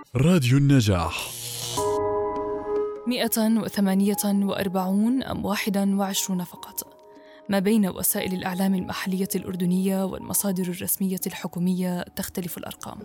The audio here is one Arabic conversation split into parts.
راديو النجاح. 148 أم 21 فقط، ما بين وسائل الإعلام المحلية الأردنية والمصادر الرسمية الحكومية تختلف الأرقام.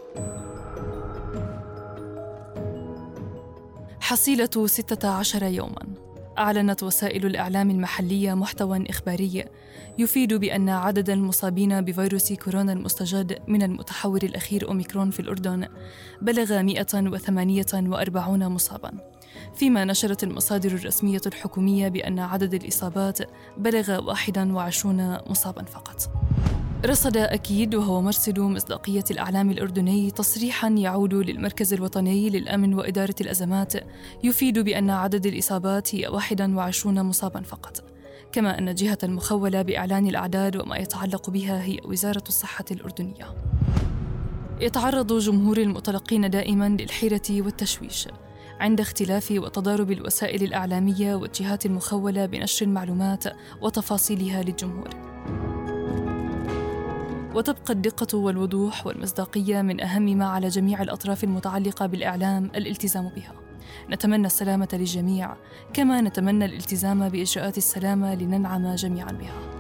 حصيلة 16 يوماً، أعلنت وسائل الإعلام المحلية محتوى إخباري يفيد بأن عدد المصابين بفيروس كورونا المستجد من المتحور الأخير أوميكرون في الأردن بلغ 148 مصاباً، فيما نشرت المصادر الرسمية الحكومية بأن عدد الإصابات بلغ 21 مصاباً فقط. رصد أكيد، وهو مرصد مصداقية الإعلام الأردني، تصريحاً يعود للمركز الوطني للأمن وإدارة الأزمات يفيد بأن عدد الإصابات هي 21 مصاباً فقط، كما أن الجهة المخولة بإعلان الأعداد وما يتعلق بها هي وزارة الصحة الأردنية. يتعرض جمهور المتلقين دائماً للحيرة والتشويش عند اختلاف وتضارب الوسائل الإعلامية والجهات المخولة بنشر المعلومات وتفاصيلها للجمهور، وتبقى الدقة والوضوح والمصداقية من أهم ما على جميع الأطراف المتعلقة بالإعلام الالتزام بها. نتمنى السلامة للجميع، كما نتمنى الالتزام بإجراءات السلامة لننعم جميعاً بها.